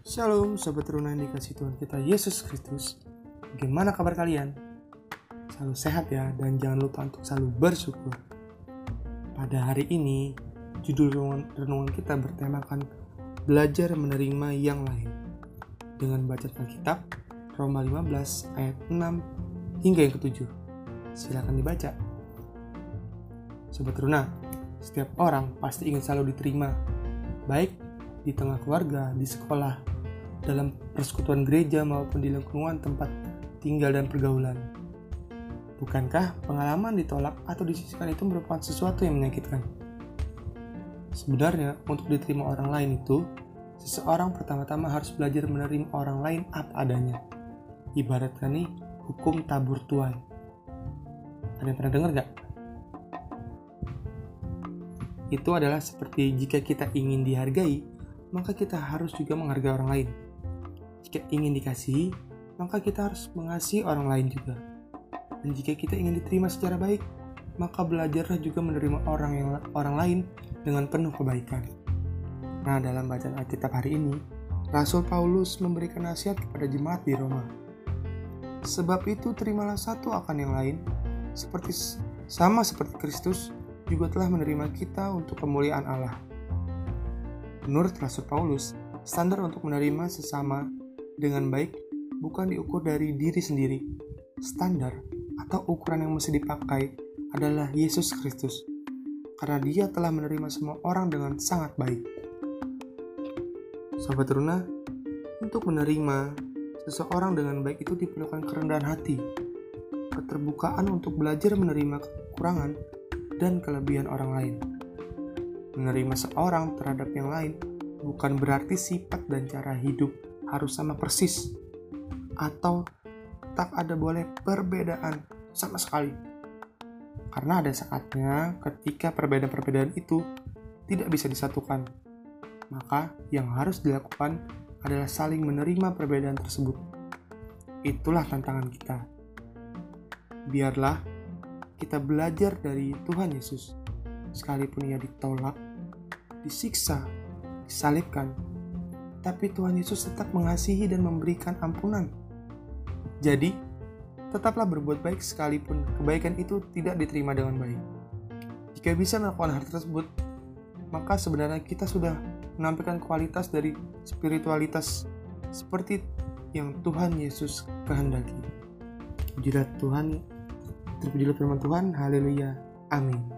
Shalom Sobat Teruna yang dikasih Tuhan kita Yesus Kristus. Bagaimana kabar kalian? Selalu sehat ya, dan jangan lupa untuk selalu bersyukur. Pada hari ini, judul renungan kita bertemakan belajar menerima yang lain, dengan baca Alkitab Roma 15 ayat 6 hingga yang ke-7. Silakan dibaca. Sobat Teruna, setiap orang pasti ingin selalu diterima, baik di tengah keluarga, di sekolah, dalam persekutuan gereja maupun di lingkungan tempat tinggal dan pergaulan. Bukankah pengalaman ditolak atau disisihkan itu merupakan sesuatu yang menyakitkan? Sebenarnya, untuk diterima orang lain itu, seseorang pertama-tama harus belajar menerima orang lain apa adanya. Ibaratkan nih, hukum tabur tuai. Ada yang pernah dengar gak? Itu adalah seperti jika kita ingin dihargai, maka kita harus juga menghargai orang lain. Jika ingin dikasihi, maka kita harus mengasihi orang lain juga. Dan jika kita ingin diterima secara baik, maka belajarlah juga menerima orang lain dengan penuh kebaikan. Nah, dalam bacaan Alkitab hari ini, Rasul Paulus memberikan nasihat kepada jemaat di Roma. Sebab itu terimalah satu akan yang lain, sama seperti Kristus juga telah menerima kita untuk kemuliaan Allah. Menurut Rasul Paulus, standar untuk menerima sesama dengan baik bukan diukur dari diri sendiri. Standar atau ukuran yang mesti dipakai adalah Yesus Kristus, karena Dia telah menerima semua orang dengan sangat baik. Sobat Teruna, untuk menerima seseorang dengan baik itu diperlukan kerendahan hati, keterbukaan untuk belajar menerima kekurangan dan kelebihan orang lain. Menerima seorang terhadap yang lain bukan berarti sifat dan cara hidup harus sama persis, atau tak ada boleh perbedaan sama sekali. Karena ada saatnya ketika perbedaan-perbedaan itu tidak bisa disatukan. Maka yang harus dilakukan adalah saling menerima perbedaan tersebut. Itulah tantangan kita. Biarlah kita belajar dari Tuhan Yesus, sekalipun Ia ditolak, disiksa, disalibkan, tapi Tuhan Yesus tetap mengasihi dan memberikan ampunan. Jadi, tetaplah berbuat baik sekalipun kebaikan itu tidak diterima dengan baik. Jika bisa melakukan hal tersebut, maka sebenarnya kita sudah menampilkan kualitas dari spiritualitas seperti yang Tuhan Yesus kehendaki. Pujilah Tuhan, terpujilah firman Tuhan, haleluya, amin.